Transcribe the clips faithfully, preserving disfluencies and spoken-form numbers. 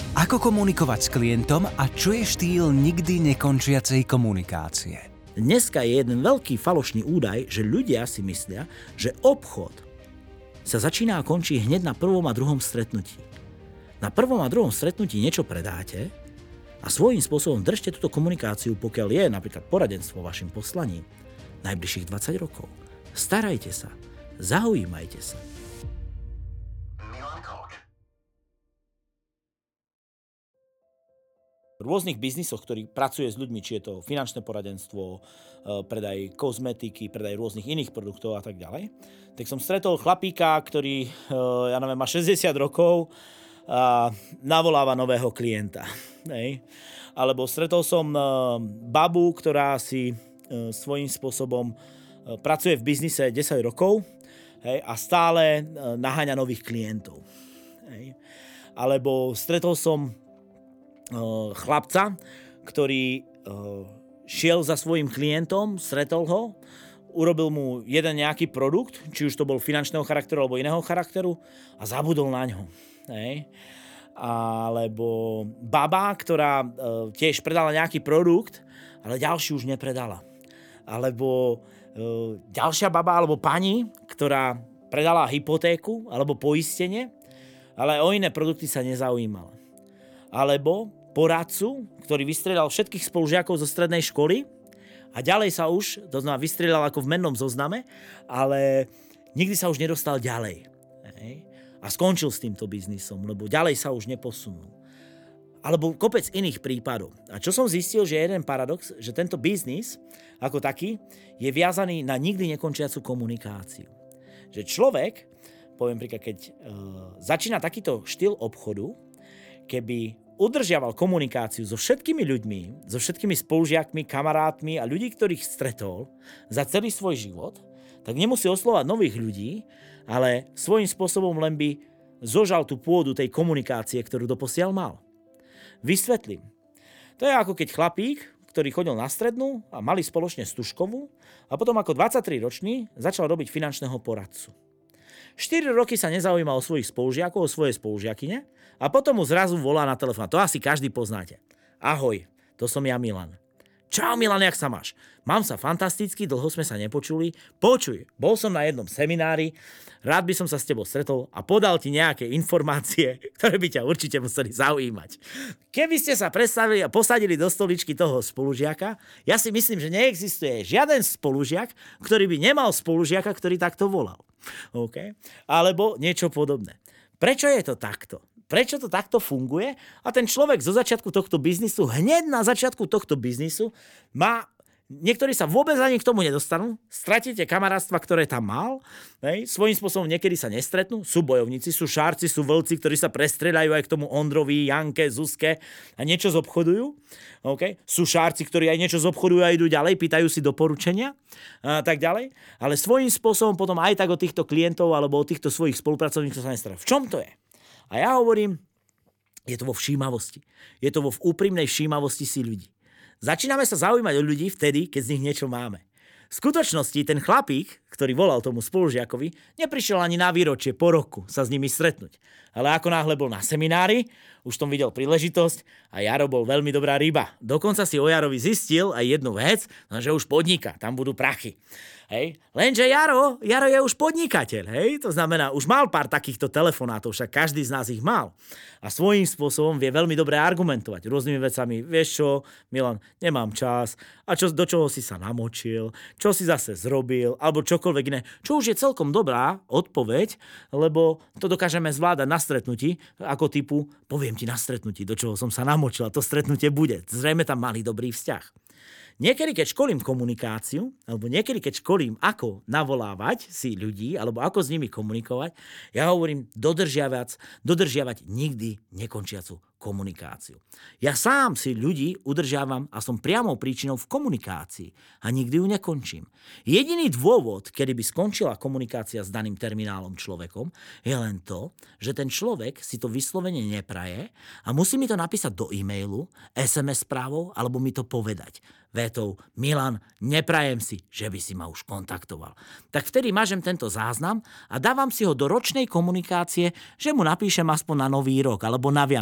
Ako komunikovať s klientom a čo je štýl nikdy nekončiacej komunikácie? Dneska je jeden veľký falošný údaj, že ľudia si myslia, že obchod sa začína a končí hneď na prvom a druhom stretnutí. Na prvom a druhom stretnutí niečo predáte a svojím spôsobom držte túto komunikáciu, pokiaľ je napríklad poradenstvo vašim poslaním, najbližších dvadsať rokov. Starajte sa, zaujímajte sa. V rôznych biznisoch, ktorý pracuje s ľuďmi, či je to finančné poradenstvo, predaj kozmetiky, predaj rôznych iných produktov a tak ďalej, tak som stretol chlapíka, ktorý, ja neviem, má šesťdesiat rokov a navoláva nového klienta. Hej. Alebo stretol som babu, ktorá si svojím spôsobom pracuje v biznise desať rokov, hej, a stále naháňa nových klientov. Hej. Alebo stretol som chlapca, ktorý šiel za svojím klientom, stretol ho, urobil mu jeden nejaký produkt, či už to bol finančného charakteru alebo iného charakteru a zabudol na ňo. Hej. Alebo baba, ktorá tiež predala nejaký produkt, ale ďalší už nepredala. Alebo ďalšia baba alebo pani, ktorá predala hypotéku alebo poistenie, ale o iné produkty sa nezaujímala. Alebo poradcu, ktorý vystriedal všetkých spolužiakov zo strednej školy a ďalej sa už, to znamená vystriedal ako v mennom zozname, ale nikdy sa už nedostal ďalej. Hej? A skončil s týmto biznisom, lebo ďalej sa už neposunul. Alebo kopec iných prípadov. A čo som zistil, že je jeden paradox, že tento biznis ako taký je viazaný na nikdy nekončiacu komunikáciu. Že človek, poviem príklad, keď e, začína takýto štýl obchodu, keby udržiaval komunikáciu so všetkými ľuďmi, so všetkými spolužiakmi, kamarátmi a ľudí, ktorých stretol za celý svoj život, tak nemusí oslovať nových ľudí, ale svojím spôsobom len by zožal tú pôdu tej komunikácie, ktorú doposiaľ mal. Vysvetlím. To je ako keď chlapík, ktorý chodil na strednú a mali spoločne Stužkovú a potom ako dvadsaťtriročný začal robiť finančného poradcu. štyri roky sa nezaujímal o svojich spolužiakov, o svoje spolužiakyne a potom mu zrazu volá na telefón. To asi každý poznáte. Ahoj, to som ja, Milan. Čau, Milan, jak sa máš? Mám sa fantasticky, dlho sme sa nepočuli. Počuj, bol som na jednom seminári, rád by som sa s tebou stretol a podal ti nejaké informácie, ktoré by ťa určite museli zaujímať. Keby ste sa predstavili a posadili do stoličky toho spolužiaka, ja si myslím, že neexistuje žiaden spolužiak, ktorý by nemal spolužiaka, ktorý takto volal. Okay? Alebo niečo podobné. Prečo je to takto? Prečo to takto funguje? A ten človek zo začiatku tohto biznisu, hneď na začiatku tohto biznisu, má... Niektorí sa vôbec ani k tomu nedostanú, stratíte kamarátstva, ktoré tam mal, hej? Svojím spôsobom niekedy sa nestretnú, sú bojovníci, sú šárci, sú vlci, ktorí sa prestrieľajú aj k tomu Ondrovi, Janke, Zuzke a niečo zobchodujú. Okay? Sú šárci, ktorí aj niečo zobchodujú a idú ďalej, pýtajú si doporučenia a tak ďalej, ale svojím spôsobom potom aj tak o týchto klientov alebo o týchto svojich spolupracovníkov sa nestarajú. V čom to je? A ja hovorím, je to vo všímavosti. Je to vo úprimnej všímavosti si ľudí. Začíname sa zaujímať o ľudí vtedy, keď z nich niečo máme. V skutočnosti ten chlapík, ktorý volal tomu spolužiakovi, neprišiel ani na výročie po roku sa s nimi stretnúť. Ale ako náhle bol na seminári, už tom videl príležitosť a Jaro bol veľmi dobrá ryba. Dokonca si o Jarovi zistil aj jednu vec, že už podniká, tam budú prachy. Hej. Lenže Jaro, Jaro je už podnikateľ, hej? To znamená, už mal pár takýchto telefonátov, však každý z nás ich mal. A svojím spôsobom vie veľmi dobre argumentovať rôznymi vecami. Vieš čo, Milan, nemám čas. A čo, do čoho si sa namočil? Čo si zase zrobil? Alebo čokoľvek iné. Čo už je celkom dobrá odpoveď, lebo to dokážeme zvládať na stretnutí, ako typu, poviem ti na stretnutí, do čoho som sa namočil a to stretnutie bude. Zrejme tam mali dobrý vzťah. Niekedy, keď školím komunikáciu, alebo niekedy, keď školím, ako navolávať si ľudí, alebo ako s nimi komunikovať, ja hovorím dodržiavať, dodržiavať nikdy nekončiacu komunikáciu. Ja sám si ľudí udržiavam a som priamou príčinou v komunikácii a nikdy ju nekončím. Jediný dôvod, kedy by skončila komunikácia s daným terminálom človekom, je len to, že ten človek si to vyslovene nepraje a musí mi to napísať do e-mailu, es em es správou alebo mi to povedať. Vetou, Milan, neprajem si, že by si ma už kontaktoval. Tak vtedy mažem tento záznam a dávam si ho do ročnej komunikácie, že mu napíšem aspoň na Nový rok alebo na Vianoce, či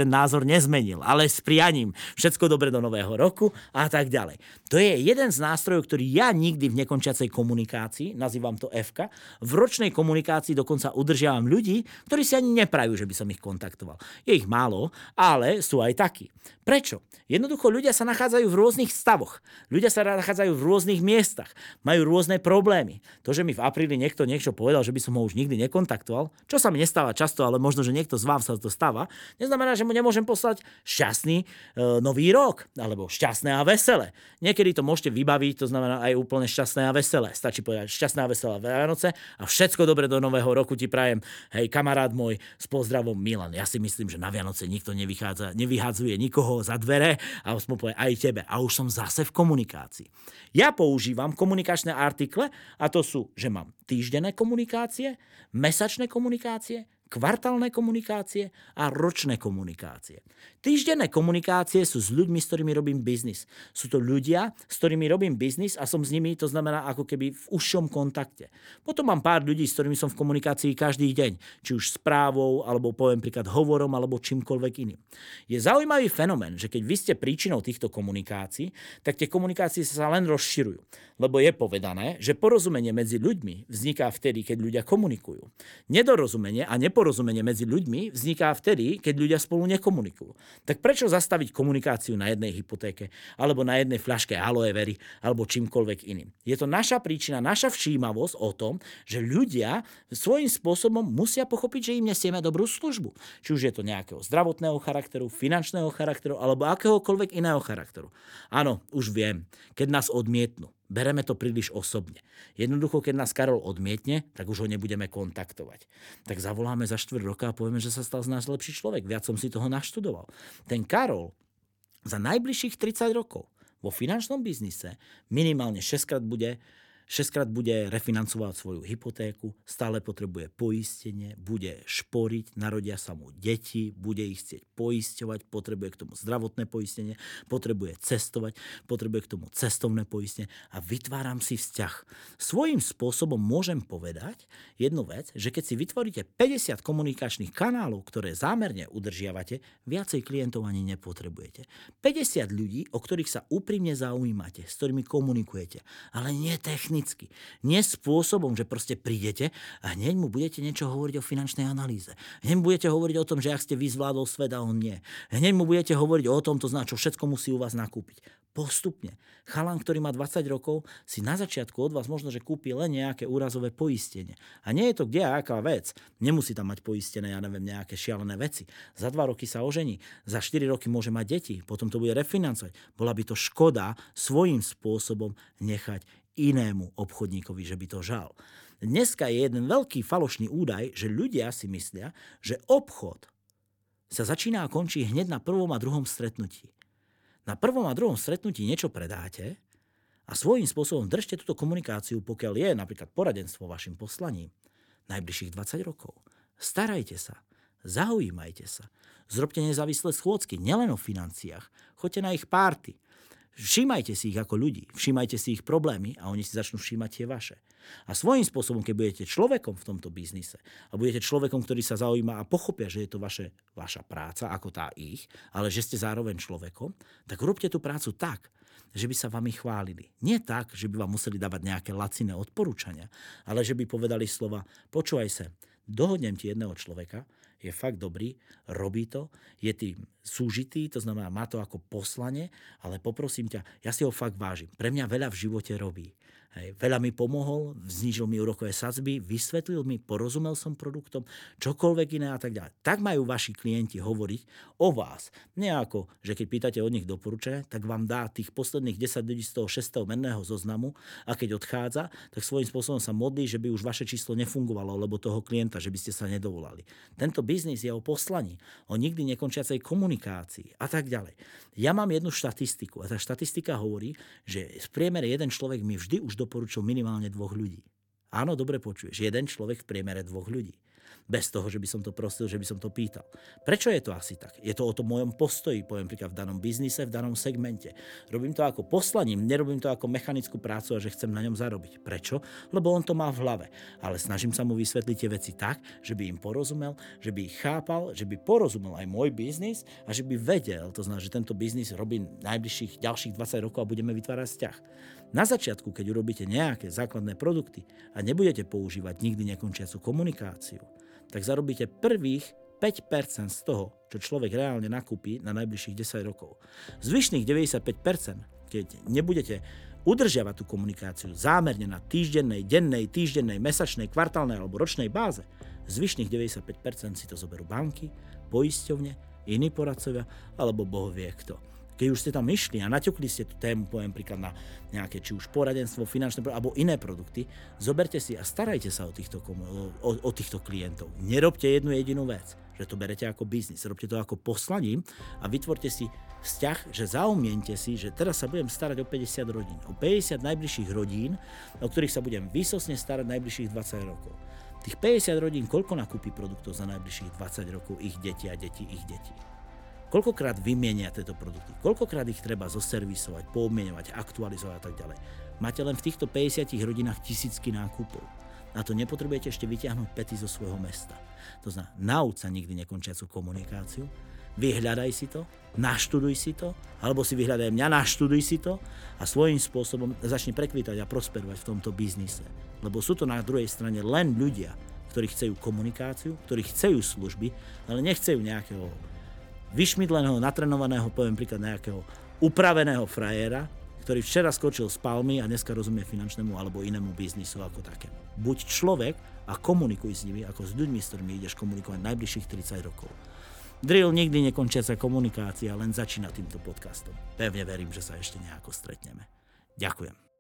ten názor nezmenil, ale s prianím všetko dobre do nového roku a tak ďalej. To je jeden z nástrojov, ktorý ja nikdy v nekončiacej komunikácii, nazývam to F-ka, v ročnej komunikácii dokonca udržiavam ľudí, ktorí si ani neprajú, že by som ich kontaktoval. Je ich málo, ale sú aj takí. Prečo? Jednoducho ľudia sa nachádzajú v rôznych stavoch. Ľudia sa nachádzajú v rôznych miestach. Majú rôzne problémy. To, že mi v apríli niekto niečo povedal, že by som ho už nikdy nekontaktoval, čo sa mi nestáva často, ale možno, že niekto z vás sa to stáva, neznamená, že mu nemôžem poslať šťastný e, nový rok, alebo šťastné a veselé. Niekedy to môžete vybaviť, to znamená aj úplne šťastné a veselé. Stačí povedať šťastné a veselé Vianoce a všetko dobre do nového roku ti prajem. Hej, kamarát môj, s pozdravom Milan. Ja si myslím, že na Vianoce nikto nevychádza, nevyhádzuje nikoho za dvere a som povie aj tebe. A už som zase v komunikácii. Ja používam komunikačné artikle a to sú, že mám týždenné komunikácie, mesačné komunikácie, kvartálne komunikácie a ročné komunikácie. Týždenné komunikácie sú s ľuďmi, s ktorými robím biznis. Sú to ľudia, s ktorými robím biznis a som s nimi, to znamená ako keby v užšom kontakte. Potom mám pár ľudí, s ktorými som v komunikácii každý deň, či už správou, alebo poviem príklad hovorom, alebo čímkoľvek iným. Je zaujímavý fenomén, že keď vy ste príčinou týchto komunikácií, tak tie komunikácie sa len rozširujú. Lebo je povedané, že porozumenie medzi ľuďmi vzniká vtedy, keď ľudia komunikujú. Nedorozumenie a neporozumenie Porozumenie medzi ľuďmi vzniká vtedy, keď ľudia spolu nekomunikujú. Tak prečo zastaviť komunikáciu na jednej hypotéke, alebo na jednej fľaške aloe very, alebo čímkoľvek iným? Je to naša príčina, naša všímavosť o tom, že ľudia svojím spôsobom musia pochopiť, že im nesieme dobrú službu. Či už je to nejakého zdravotného charakteru, finančného charakteru, alebo akéhokoľvek iného charakteru. Áno, už viem, keď nás odmietnú. Bereme to príliš osobne. Jednoducho, keď nás Karol odmietne, tak už ho nebudeme kontaktovať. Tak zavoláme za štvrť roka a povieme, že sa stal z nás lepší človek. Viac som si toho naštudoval. Ten Karol za najbližších tridsať rokov vo finančnom biznise minimálne šesťkrát bude šesťkrát bude refinancovať svoju hypotéku, stále potrebuje poistenie, bude šporiť, narodia sa mu deti, bude ich chcieť poisťovať, potrebuje k tomu zdravotné poistenie, potrebuje cestovať, potrebuje k tomu cestovné poistenie a vytváram si vzťah. Svojím spôsobom môžem povedať jednu vec, že keď si vytvoríte päťdesiat komunikačných kanálov, ktoré zámerne udržiavate, viacej klientov ani nepotrebujete. päťdesiat ľudí, o ktorých sa úprimne zaujímate, s ktorými komunikujete, ale nie technicky. Nie spôsobom, že proste prídete a hneď mu budete niečo hovoriť o finančnej analýze. Hneď mu budete hovoriť o tom, že ak ste vy zvládol svet a on nie. Hneď mu budete hovoriť o tom, to znamená, čo všetko musí u vás nakúpiť. Postupne. Chalan, ktorý má dvadsať rokov, si na začiatku od vás možno, že kúpi len nejaké úrazové poistenie. A nie je to kde aká vec. Nemusí tam mať poistené, ja neviem, nejaké šialené veci. Za dva roky sa ožení, za štyri roky môže mať deti, potom to bude refinancovať. Bola by to škoda svojím spôsobom nechať inému obchodníkovi, že by to žal. Dneska je jeden veľký falošný údaj, že ľudia si myslia, že obchod sa začína a končí hneď na prvom a druhom stretnutí. Na prvom a druhom stretnutí niečo predáte a svojím spôsobom držte túto komunikáciu, pokiaľ je napríklad poradenstvo vašim poslaním, najbližších dvadsať rokov. Starajte sa, zaujímajte sa, zrobte nezávislé schôdzky, nielen o financiách, choďte na ich párty. Všímajte si ich ako ľudí, všímajte si ich problémy a oni si začnú všímať tie vaše. A svojím spôsobom, keď budete človekom v tomto biznise a budete človekom, ktorý sa zaujíma a pochopia, že je to vaše, vaša práca ako tá ich, ale že ste zároveň človekom, tak urobte tú prácu tak, že by sa vami chválili. Nie tak, že by vám museli dávať nejaké laciné odporúčania, ale že by povedali slova: počúvaj sa, dohodnem ti jedného človeka, je fakt dobrý, robí to, je tým súžitý, to znamená, má to ako poslanie, ale poprosím ťa, ja si ho fakt vážim. Pre mňa veľa v živote robí. Hej, veľa mi pomohol, znížil mi úrokové sadzby, vysvetlil mi, porozumel som produktom, čokoľvek iné a tak ďalej. Tak majú vaši klienti hovoriť o vás. Nie ako, že keď pýtate od nich doporučenia, tak vám dá tých posledných desať ľudí z toho šesťsto menného zoznamu a keď odchádza, tak svojím spôsobom sa modlí, že by už vaše číslo nefungovalo, lebo toho klienta, že by ste sa nedovolali. Tento biznis je o poslaní, o nikdy nekončiacej komunikácii a tak ďalej. Ja mám jednu štatistiku a tá štatistika hovorí, že v priemere jeden človek mi vždy už doporučil minimálne dvoch ľudí. Áno, dobre počuješ, jeden človek v priemere dvoch ľudí. Bez toho, že by som to prosil, že by som to pýtal. Prečo je to asi tak? Je to o tom mojom postoji, poviem príklad v danom biznise, v danom segmente. Robím to ako poslaním, nerobím to ako mechanickú prácu a že chcem na ňom zarobiť. Prečo? Lebo on to má v hlave. Ale snažím sa mu vysvetliť tie veci tak, že by im porozumel, že by ich chápal, že by porozumel aj môj biznis a že by vedel, to znamená, že tento biznis robí najbližších ďalších dvadsať rokov a budeme vytvárať vzťah. Na začiatku, keď urobíte nejaké základné produkty a nebudete používať nikdy nekončiacu komunikáciu, tak zarobíte prvých päť percent z toho, čo človek reálne nakúpi na najbližších desať rokov. Zvyšných deväťdesiatpäť percent, keď nebudete udržiavať tú komunikáciu zámerne na týždennej, dennej, týždennej, mesačnej, kvartálnej alebo ročnej báze, zvyšných deväťdesiatpäť percent si to zoberú banky, poisťovne, iní poradcovia alebo boh vie kto. Keď už ste tam išli a naťukli ste tú tému, poviem príklad na nejaké či už poradenstvo, finančné alebo iné produkty, zoberte si a starajte sa o týchto, o, o týchto klientov. Nerobte jednu jedinú vec, že to berete ako biznis, robte to ako poslaním a vytvorte si vzťah, že zaumiente si, že teraz sa budem starať o päťdesiat rodín, o päťdesiat najbližších rodín, o ktorých sa budem výsostne starať najbližších dvadsať rokov. Tých päťdesiat rodín, koľko nakúpi produktov za najbližších dvadsať rokov ich deti a deti ich detí? Koľkokrát vymienia tieto produkty? Koľkokrát ich treba zoservisovať, poobmieňovať, aktualizovať a tak ďalej? Máte len v týchto päťdesiatich rodinách tisícky nákupov. Na to nepotrebujete ešte vyťahnuť päty zo svojho mesta. To znamená, nauč sa nikdy nekončiacu komunikáciu, vyhľadaj si to, naštuduj si to, alebo si vyhľadaj mňa, naštuduj si to a svojím spôsobom začni prekvítať a prosperovať v tomto biznise. Lebo sú to na druhej strane len ľudia, ktorí chcú komunikáciu, ktorí chcú služby, ale nechcejú nejakého vyšmydleného, natrenovaného, poviem príklad nejakého upraveného frajera, ktorý včera skočil z palmy a dneska rozumie finančnému alebo inému biznisu ako takému. Buď človek a komunikuj s nimi ako s ľuďmi, s ktorými ideš komunikovať najbližších tridsať rokov. Drill nikdy nekončiaca komunikácia, len začína týmto podcastom. Pevne verím, že sa ešte nejako stretneme. Ďakujem.